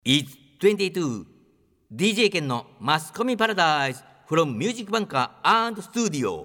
It's 22 DJ ケンのマスコミパラダイス from Music Banker and Studio。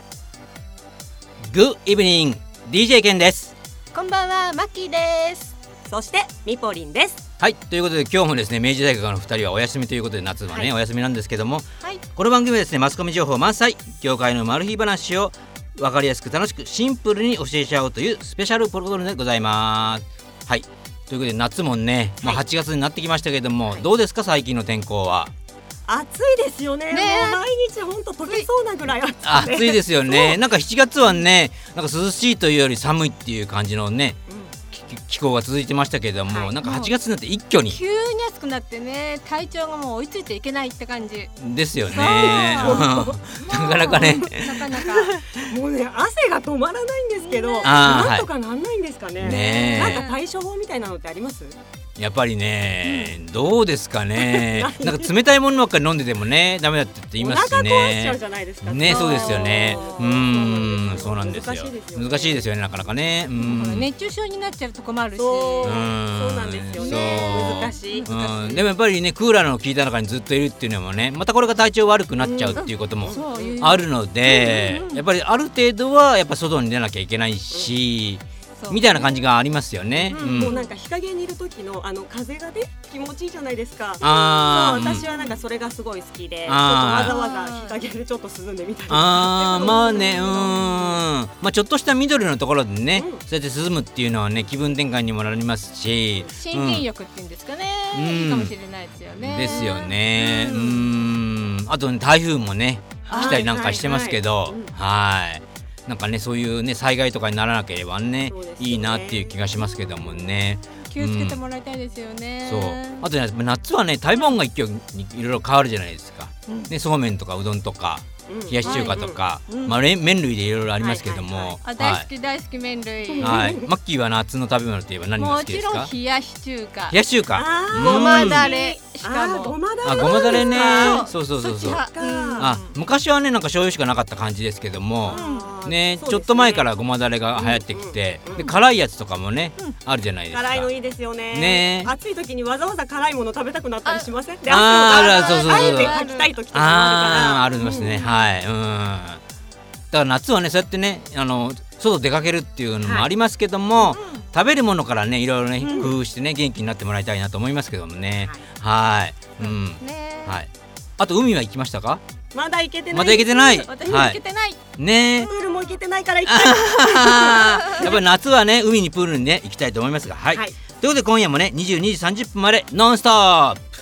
Good evening DJ ケンです。 こんばんは、マッキーです。 そしてミポリンです。 はい、ということで今日もですね、明治大学の2人はお休みということで、夏はね、お休みなんですけども、この番組はですね、マスコミ情報満載、業界のマル秘話を分かりやすく楽しくシンプルに教えちゃおうというスペシャルプログラムでございます。はい、ということで夏もね、もう8月になってきましたけれども、どうですか最近の天候は。 暑いですよ ね。もう毎日本当溶けそうなぐらい暑いですよね。なんか7月はね、なんか涼しいというより寒いっていう感じのね、気候が続いてましたけれども、なんか8月になって一挙に急に暑くなってね、体調がもう追いついていけないって感じですよね。なかなかね、 なかなかもうね、汗が止まらないんですけど、なんとかなんないんですかね。なんか対処法みたいなのってあります？ やっぱりね、どうですかね。なんか冷たいものばっかり飲んでてもね、ダメだって言いますしね。 お腹壊しちゃうじゃないですか。 ね、そうですよね。そうなんですよ。難しいですよね、なかなかね。 熱中症になっちゃうと困るし。 そうなんですよね。難しい。 でもやっぱりね、クーラーの効いた中にずっといるっていうのもね、またこれが体調悪くなっちゃうっていうこともあるので、やっぱりある程度はやっぱ外に出なきゃいけないし、みたいな感じがありますよね。 もうなんか日陰にいる時の風がね、気持ちいいじゃないですか。私はなんかそれがすごい好きで、ちょっとわざわざ日陰でちょっと涼んでみたり。 まあね、ちょっとした緑のところでね、そうやって涼むっていうのはね、気分転換にもなりますし、 森林浴っていうんですかね、いいかもしれないですよね。 ですよね。あとね、台風もね来たりなんかしてますけど、なんかね、そういうね、災害とかにならなければね、いいなっていう気がしますけどもね。 気をつけてもらいたいですよね。 そう。あとね、夏はね、食べ物が一挙にいろいろ変わるじゃないですか。ね、そうめんとかうどんとか、冷やし中華とか、麺類でいろいろありますけども。 大好き大好き麺類。 マッキーは夏の食べ物といえば何が好きですか？ もちろん冷やし中華。 冷やし中華。 ごまだれ。しかもごまだれね。そう。昔はね、なんか醤油しかなかった感じですけども、ね、ちょっと前からごまだれが流行ってきて、で辛いやつとかもね、あるじゃないですか。 辛いのいいですよね。 ね、 暑い時にわざわざ辛いもの食べたくなったりしません？ そう。 あえてかきたい時とかありますね。はい。だから夏はね、そうやってね、外出かけるっていうのもありますけども、食べるものからね、いろいろね、工夫してね、元気になってもらいたいなと思いますけどもね。はい。あと海は行きましたか？ まだ行けてない。 私も行けてない。 ね。 プールも行けてないから行きたい。 やっぱり夏はね、海にプールにね、行きたいと思いますが、はい。ということで今夜もね、22時30分までノンストップ。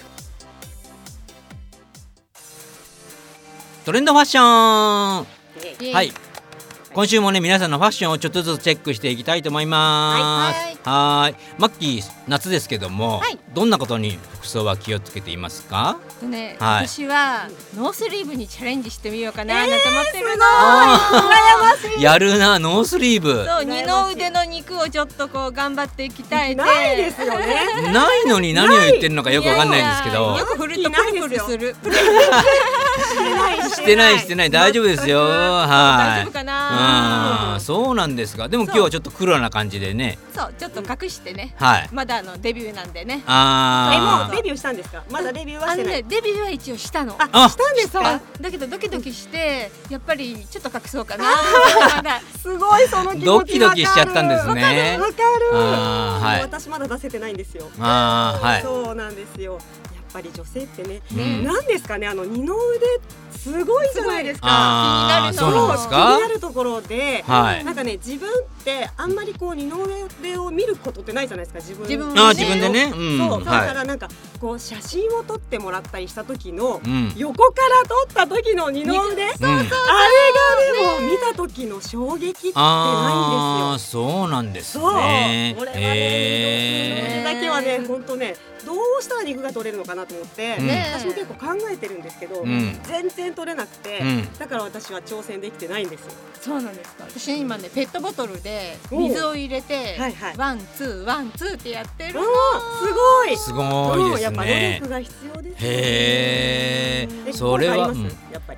トレンドファッション。はい。今週もね、皆さんのファッションをちょっとずつチェックしていきたいと思います。はい。マッキー、夏ですけども、どんなことに服装は気をつけていますか？ 私はノースリーブにチャレンジしてみようかななんて思ってるの。 羨ましい。 やるな、ノースリーブ。 そう、二の腕の肉をちょっとこう頑張って鍛えて。 ないですよね。 ないのに何を言ってるのかよくわかんないんですけど。 よく振るとプルプルする。 してない、大丈夫ですよ。 大丈夫かな。 そうなんですか。でも今日はちょっと黒な感じでね。 そう、ちょっと隠してね。まだデビューなんでね。 もうデビューしたんですか？まだデビューはしてない。 デビューは一応したの。 したんですか？ だけどドキドキしてやっぱりちょっと隠そうかな。 すごいその気持ちドキドキしちゃったんですね。 わかる。私まだ出せてないんですよ。そうなんですよ。やっぱり女性ってね、なんですかね、二の腕すごいじゃないですか。気になるところで、なんかね、自分ってあんまりこう二の腕を見ることってないじゃないですか。自分でね。 そう、だからなんかこう写真を撮ってもらったりした時の横から撮った時の二の腕、あれがでも見た時の衝撃ってないんですよ。 そうなんですね。 これはね、だけはね、本当ね、どうしたら肉が取れるのかなと思って、私も結構考えてるんですけど、全然取れなくて、だから私は挑戦できてないんですよ。 そうなんですか。私今ね、ペットボトルで水を入れてワンツーワンツーってやってるの。 すごいですね。 やっぱ努力が必要ですね。 へえ。それはやっぱり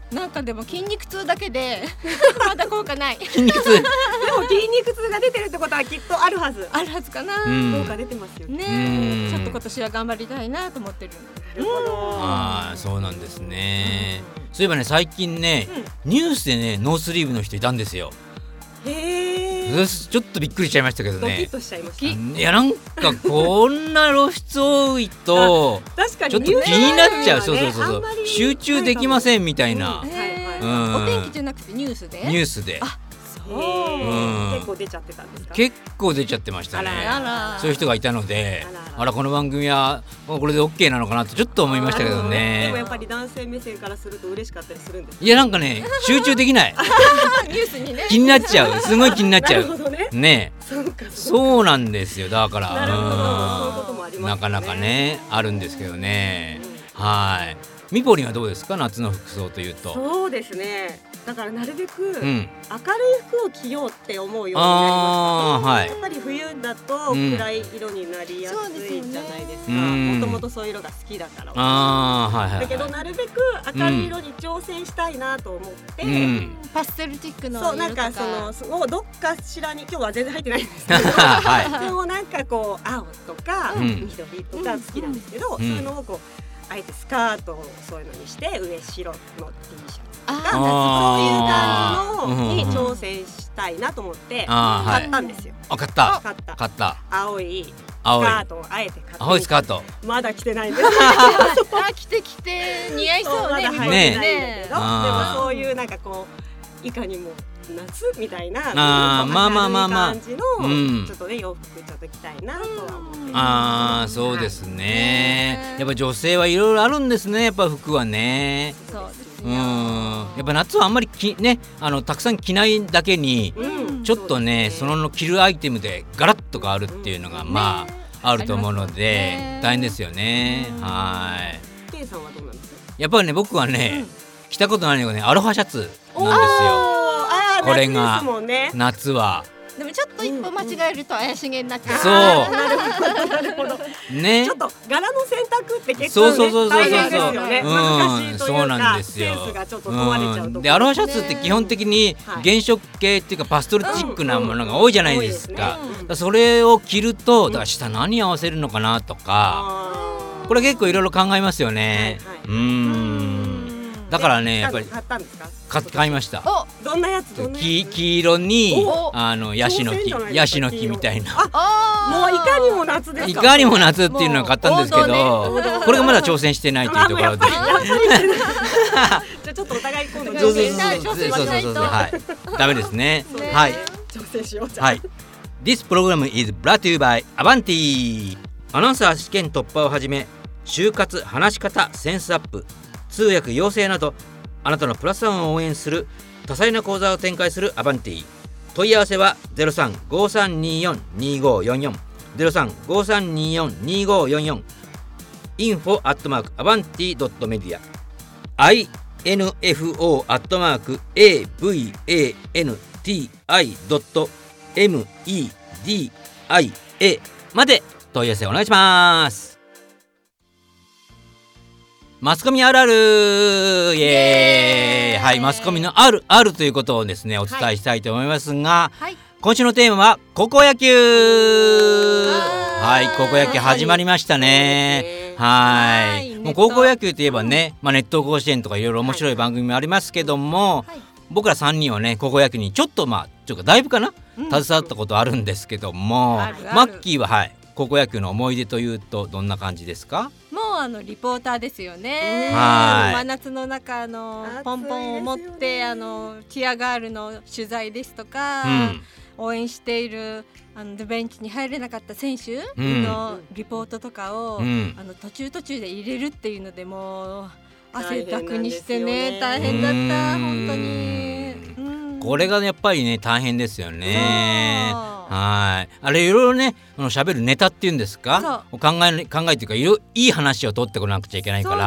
なんかでも筋肉痛だけでまだ効果ない。 筋肉痛でも筋肉痛が出てるってことはきっとあるはず。 あるはずかな。 効果出てますよね。ちょっと今年は頑張りたいなと思ってる。 なるほど。 ああ、そうなんですね。そういえばね、最近ね、ニュースでねノースリーブの人いたんですよ。 へえ。 ちょっとびっくりしちゃいましたけどね。 ドキッとしちゃいました。 いや、なんかこんな露出多いと確かにちょっと気になっちゃう。そうそうそうそう、集中できませんみたいな。 お天気じゃなくてニュースで。 ニュースで。 結構出ちゃってたんですか？ 結構出ちゃってましたね。そういう人がいたので、あらこの番組はこれで OK なのかなってちょっと思いましたけどね。 でもやっぱり男性目線からすると嬉しかったりするんですか？ いや、なんかね、集中できないニュースにね、 気になっちゃう。すごい気になっちゃう。 なるほどね。 ね、そうなんですよ。だからなるほど、そういうこともありますね。 なかなかね、あるんですけどね。はい。ミポリンはどうですか、夏の服装というと。 そうですね、だからなるべく明るい服を着ようって思うようになりましたね。やっぱり冬だと暗い色になりやすいじゃないですか。もともとそういう色が好きだから。だけどなるべく明るい色に挑戦したいなと思って、 パステルチックのそう、なんかもうどっかしらに、今日は全然入ってないんですけどでもなんかこう青とか緑とか好きなんですけど、そういうのをこうあえてスカートをそういうのにして上白の T シャツとか、そういう感じのに挑戦したいなと思って買ったんですよ。 買った青いスカートをあえて買って、 青いスカートまだ着てないんです着て似合いそうね。 まだ入ってないんだけど、でもそういうなんかこういかにも夏みたいな感じのちょっとね洋服ちょっと着たいなとは思ってます。そうですね。やっぱ女性はいろいろあるんですね。やっぱ服はね。 そうですね。やっぱ夏はあんまりたくさん着ないだけにちょっとね、その着るアイテムでガラッと変わるっていうのがまああると思うので大変ですよね。はい。 ケイさんはどうなんですか？ やっぱりね、僕はね着たことないのがね、アロハシャツなんですよ。これが夏は。 でもちょっと一歩間違えると怪しげになっちゃう。 そう。 なるほど。 ね。 ちょっと柄の選択って結構大変ですよね。難しいというか、 そうなんですよ。 センスがちょっと問われちゃうところ。 で、アロハシャツって基本的に原色系っていうかパストルチックなものが多いじゃないですか。それを着ると、だから下何合わせるのかなとか、これ結構いろいろ考えますよね。だからね、やっぱり買ったんですか？ 買いました。 どんなやつ？ 黄色にヤシの木みたいな。 もういかにも夏ですか？ いかにも夏っていうのは買ったんですけど、これがまだ挑戦してないというところで。じゃあちょっとお互い今度挑戦しないと。 はい。ダメですね。はい。 挑戦しよう。 はい。This program is brought to you by Avanti。アナウンサー試験突破をはじめ、就活、話し方、センスアップ、通訳養成など、あなたのプラスワンを応援する多彩な講座を展開するアバンティ。問い合わせは 03-5324-2544 03-5324-2544 info@avanti.media info@avanti.media まで問い合わせお願いします。マスコミあるあるイエーイ。はい、マスコミのあるあるということをですねお伝えしたいと思いますが、今週のテーマは高校野球。はい、高校野球始まりましたね。はい、もう高校野球といえばね、熱湯甲子園とかいろいろ面白い番組もありますけども、僕ら3人はね高校野球にちょっとだいぶかな、携わったことあるんですけども、マッキーは高校野球の思い出というとどんな感じですか？ もうリポーターですよね。真夏の中ポンポンを持ってチアガールの取材ですとか、応援しているベンチに入れなかった選手のリポートとかを、途中で入れるっていうのでもう汗だくにしてね、大変だった本当に。 これがやっぱりね大変ですよね。はい、あれいろいろね喋るネタっていうんですか、考えというかいい話を取ってこなくちゃいけないから、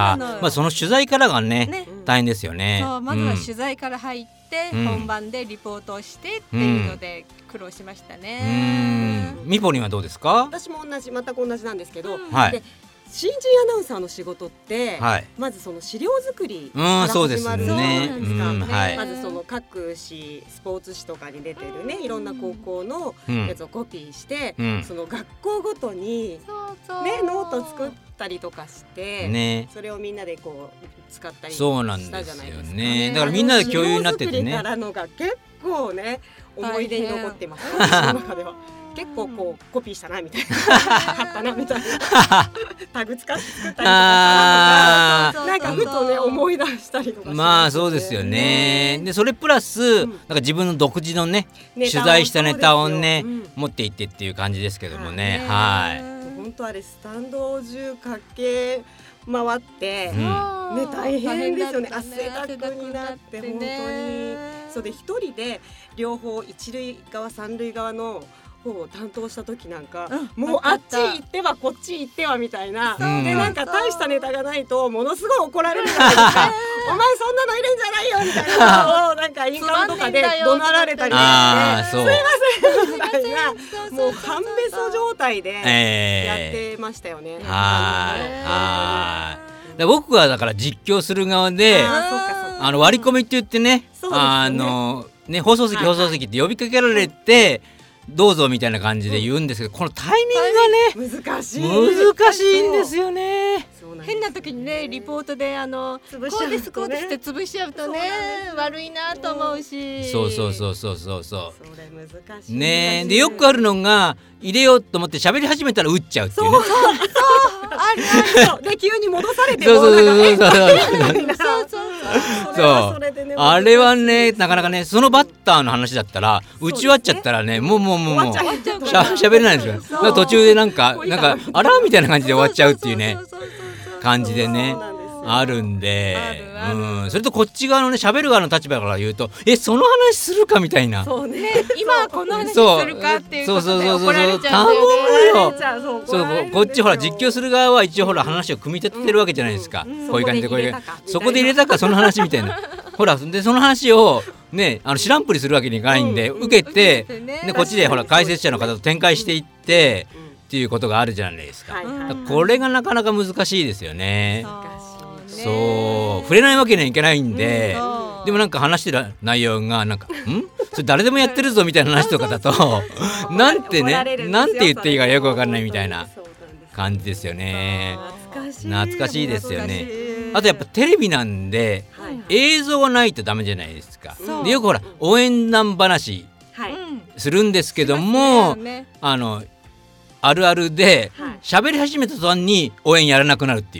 その取材からがね大変ですよね。 そう、まずは取材から入って、本番でリポートをしてっていうので苦労しましたね。 ミポリンはどうですか？ 私も全く同じなんですけど、 新人アナウンサーの仕事って、まずその資料作りから始まるじゃないですか。まずその各紙スポーツ紙とかに出てるねいろんな高校のやつをコピーして、その学校ごとに、ね、ノート作ったりとかして、ね、それをみんなでこう使ったりしたじゃないですか。そうなんですよね。 だからみんなで共有になっててね。 資料作りからのが結構ね思い出に残ってます。私の中では。結構こうコピーしたなみたいな買ったなみたいなタグ使って作ったりとかしたなとかなんかふとね思い出したりとかして、 まあそうですよね。でそれプラス、なんか自分の独自のね取材したネタをね、持っていってっていう感じですけどもね。 本当あれスタンド中駆け回って、ね大変ですよね。汗だくになって本当にそうで一人で両方一塁側三塁側のを担当した時なんか、もうあっち行ってはこっち行ってはみたいな、でなんか大したネタがないとものすごい怒られるじゃないですかお前そんなの入れんじゃないよみたいなのをなんかインカムとかで怒鳴られたりしてすいませんみたいなもう半べそ状態でやってましたよね。 僕はだから実況する側で割り込みって言ってね、放送席って呼びかけられてどうぞみたいな感じで言うんですけど、このタイミングがね難しいんですよね。 変な時にねリポートでこうですこうですって潰しちゃうとね悪いなと思うし、 そうね。でよくあるのが入れようと思って喋り始めたら打っちゃうっていうね。 あるで急に戻されてあれはねなかなかねそのバッターの話だったら打ち終わっちゃったらねもう喋れないんですよ。途中でなんかあらみたいな感じで終わっちゃうっていうね感じでねあるんで、それとこっち側のね喋る側の立場から言うとその話するかみたいな、 そうね今この話するかっていうことで怒られちゃうんだよね。 そうこっちほら実況する側は一応ほら話を組み立ててるわけじゃないですか。こういう感じでそこで入れたかその話みたいなほらでその話をね知らんぷりするわけにいかないんで、受けてでこっちでほら解説者の方と展開していってっていうことがあるじゃないですか。これがなかなか難しいですよね。そう触れないわけにはいけないんで、でもなんか話してる内容がなんかそれ誰でもやってるぞみたいな話とかだとなんて言っていいかよく分かんないみたいな感じですよね。懐かしいですよね。あとやっぱテレビなんで映像がないとダメじゃないですか。でよくほら応援団話するんですけども、あるあるで喋り始めた途端に応援やらなくなるっていう。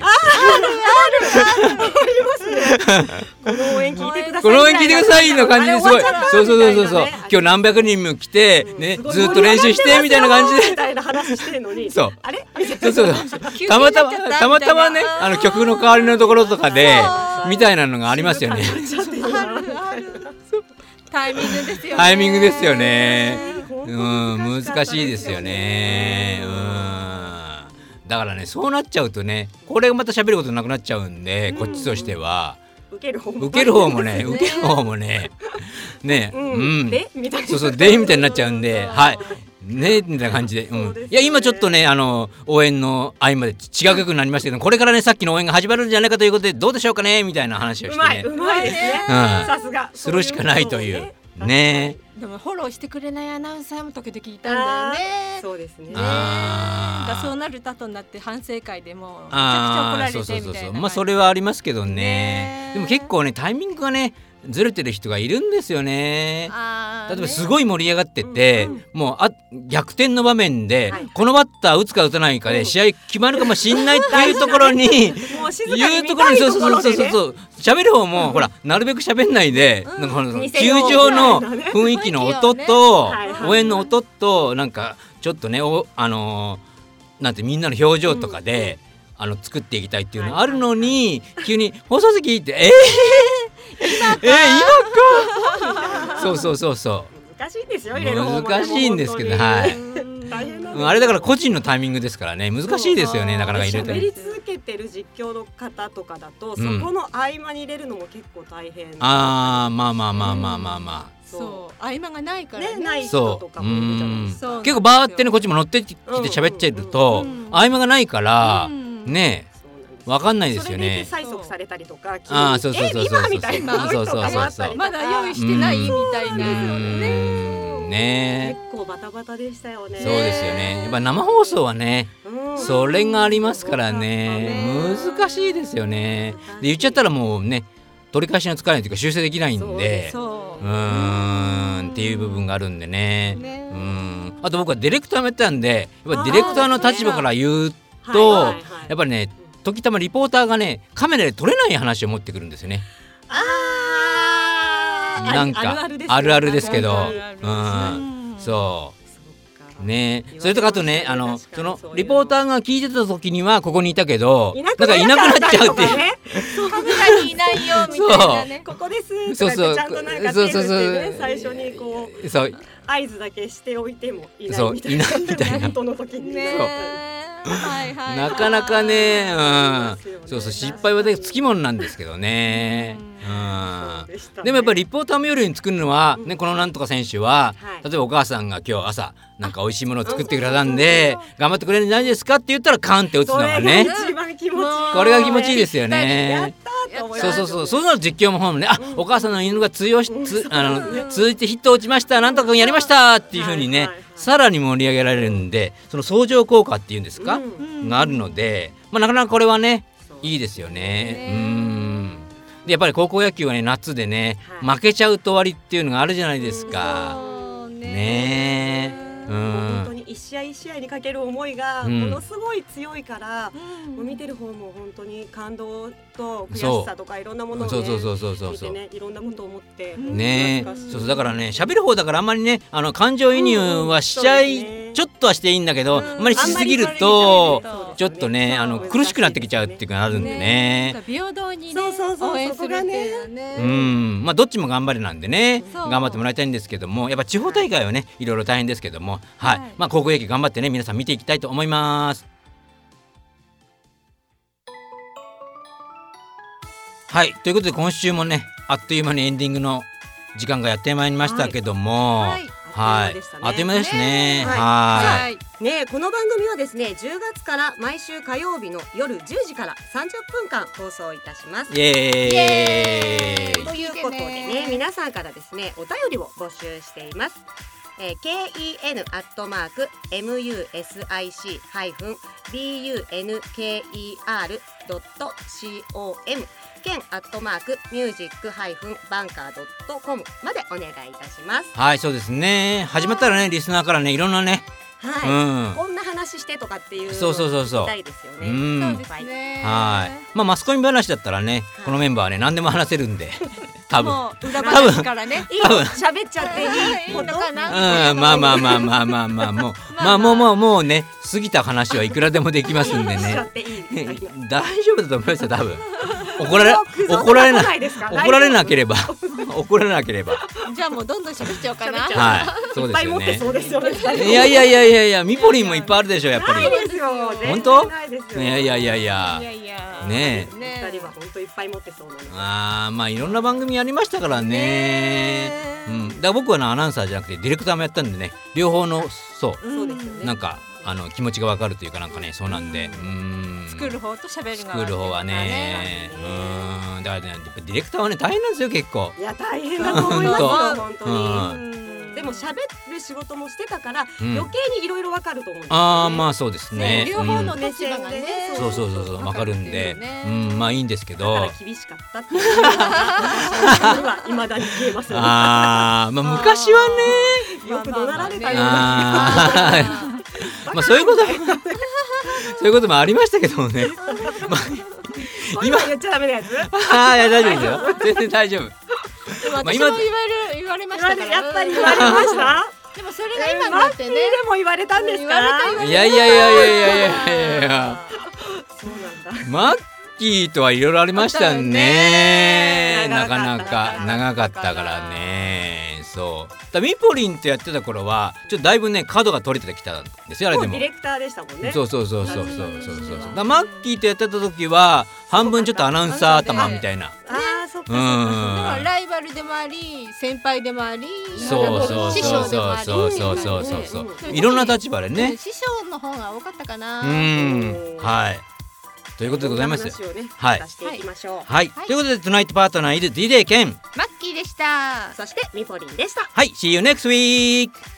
この応援聞いてください。 この応援聞いてくださいの感じですごい。そう今日何百人も来てねずっと練習してみたいな感じでみたいな話してるのに。 そうたまたまね曲の代わりのところとかでみたいなのがありますよね。 タイミングですよね。 タイミングですよね。難しいですよね。だからねそうなっちゃうとねこれがまた喋ることなくなっちゃうんで、こっちとしては受ける方もねでみたいなでみたいになっちゃうんでねみたいな感じで、いや今ちょっとね応援の合間で違う曲になりましたけど、これからねさっきの応援が始まるんじゃないかということでどうでしょうかねみたいな話をしてね、 うまいですね。さすがするしかないというね。 でもフォローしてくれないアナウンサーも時々いたんだよね。 そうですね。 そうなると後になって反省会でもめちゃくちゃ怒られてみたいな。 まあそれはありますけどね。でも結構ねタイミングがねずれてる人がいるんですよね。例えばすごい盛り上がってて、もう逆転の場面で、このバッター打つか打たないかで試合決まるかもしんないっていうところにいうところにそう喋る方もほらなるべく喋んないで、球場の雰囲気の音と応援の音となんかちょっとねなんてみんなの表情とかで作っていきたいっていうのあるのに、急に放送席って今かそう難しいんですよ。入れる方も難しいんですけど、あれだから個人のタイミングですからね難しいですよね。なかなか入れて喋り続けてる実況の方とかだと、そこの合間に入れるのも結構大変。 まあそう合間がないからね。 ない人とかもいるじゃないですか。 結構バーってねこっちも乗ってきて喋っちゃうと合間がないからねわかんないですよね。 それで催促されたりとか、 ああそうそうそうそう今みたいなそうそうそうそう、 まだ用意してないみたいなね。 結構バタバタでしたよね。 そうですよね。やっぱ生放送はね、それがありますからね、難しいですよね。で言っちゃったらもうね、取り返しのつかないというか修正できないんで、っていう部分があるんでね。あと僕はディレクターもやったんで、やっぱディレクターの立場から言うと、やっぱりね、時たまリポーターがね、カメラで撮れない話を持ってくるんですよね。なんかあるあるですけど、そうね。それとかあとね、そのリポーターが聞いてた時にはここにいたけど、なんかいなくなっちゃうっていう。 カメラにいないよみたいなね。 ここですとかちゃんとなんか手振ってね、最初にこう合図だけしておいてもいないみたいな。本当の時にね。 なかなかね、そうそう、失敗はつきものなんですけどね。でもやっぱりリポーターもよりに作るのはね、このなんとか選手は例えばお母さんが今日朝なんか美味しいものを作ってくれたんで頑張ってくれるんじゃないですかって言ったらカンって打つのがね、これが気持ちいいですよね。そうなる実況も本もね、お母さんの犬が続いてヒットを打ちました、なんとかやりましたっていう風にね、さらに盛り上げられるんで、その相乗効果っていうんですか、があるので、なかなかこれはねいいですよね。でやっぱり高校野球はね、夏でね、負けちゃうと終わりっていうのがあるじゃないですか。ねえ。 本当に一試合一試合にかける思いがものすごい強いから、見てる方も本当に感動と悔しさとかいろんなものをね見てね、いろんなことを思ってね。そうだからね、喋る方だからあんまりね、感情移入はしちゃいちょっとはしていいんだけど、あんまりしすぎるとちょっとね苦しくなってきちゃうっていうのがあるんでね。 平等にね応援するっていうね。どっちも頑張れなんでね、頑張ってもらいたいんですけども、やっぱ地方大会はねいろいろ大変ですけども、高校野球頑張ってね、皆さん見ていきたいと思います。はい、ということで今週もね、あっという間にエンディングの時間がやってまいりましたけども、あっという間ですね。 この番組はですね、10月から毎週火曜日の夜10時から30分間放送いたします。ということでね、皆さんからですね、お便りを募集しています。ken@music-bunker.com ken@music-bunker.com までお願いいたします。 はい、そうですね。始まったらね、リスナーからね、いろんなね、 こんな話してとかっていうそう聞きたいですよね。 はい。マスコミ話だったらね、このメンバーはね何でも話せるんで、多分からね、 喋っちゃっていいのかな。 もうね、過ぎた話はいくらでもできますんでね。大丈夫だと思いますよ、多分。怒られなければじゃあもうどんどん喋っちゃおうかな。 はい、そうですよね。 いっぱい持ってそうですよね。 いやミポリンもいっぱいあるでしょ、やっぱり。本当？いやね、 2人は本当いっぱい持ってそうなの。いろんな番組やりましたからね。だから僕はアナウンサーじゃなくてディレクターもやったんでね、両方のなんか気持ちがわかるというか、なんかね、そうなんで、 作る方と喋る側、 作る方はね、だからね、ディレクターはね大変なんですよ、結構。 いや大変だと思いますよ、本当に。でも喋る仕事もしてたから余計にいろいろわかると思うんですよね。 そうですね。 両方の立場がね、 そうわかるんで、いいんですけど。 だから厳しかったっていうのは未だに消えますよね。 昔はね、 よく怒鳴られたような。 そういうこともありましたけどもね。 今言っちゃダメなやつ？ 大丈夫ですよ。全然大丈夫。 私も言われましたから。 やっぱり言われました。 でもそれが今になってね。 でも言われたんですか？ いや。そうなんだ。マッキーとはいろいろありましたね。なかなか長かったからね。そうミポリンってやってた頃はちょっとだいぶね角が取れてきたんですよ、あれでも。 ディレクターでしたもんね。 そうマッキーとやってた時は半分ちょっとアナウンサー頭みたいな。 そっか。だからライバルでもあり先輩でもあり師匠でもあり、 いろんな立場でね。 師匠の方が多かったかな。 はい。 ということでございます。 話をね、 はい。 していきましょう。 はい。ということで、トゥナイトパートナーいる DJ ケン、 マッキーでした。 そしてミポリンでした。 はい、See you next week!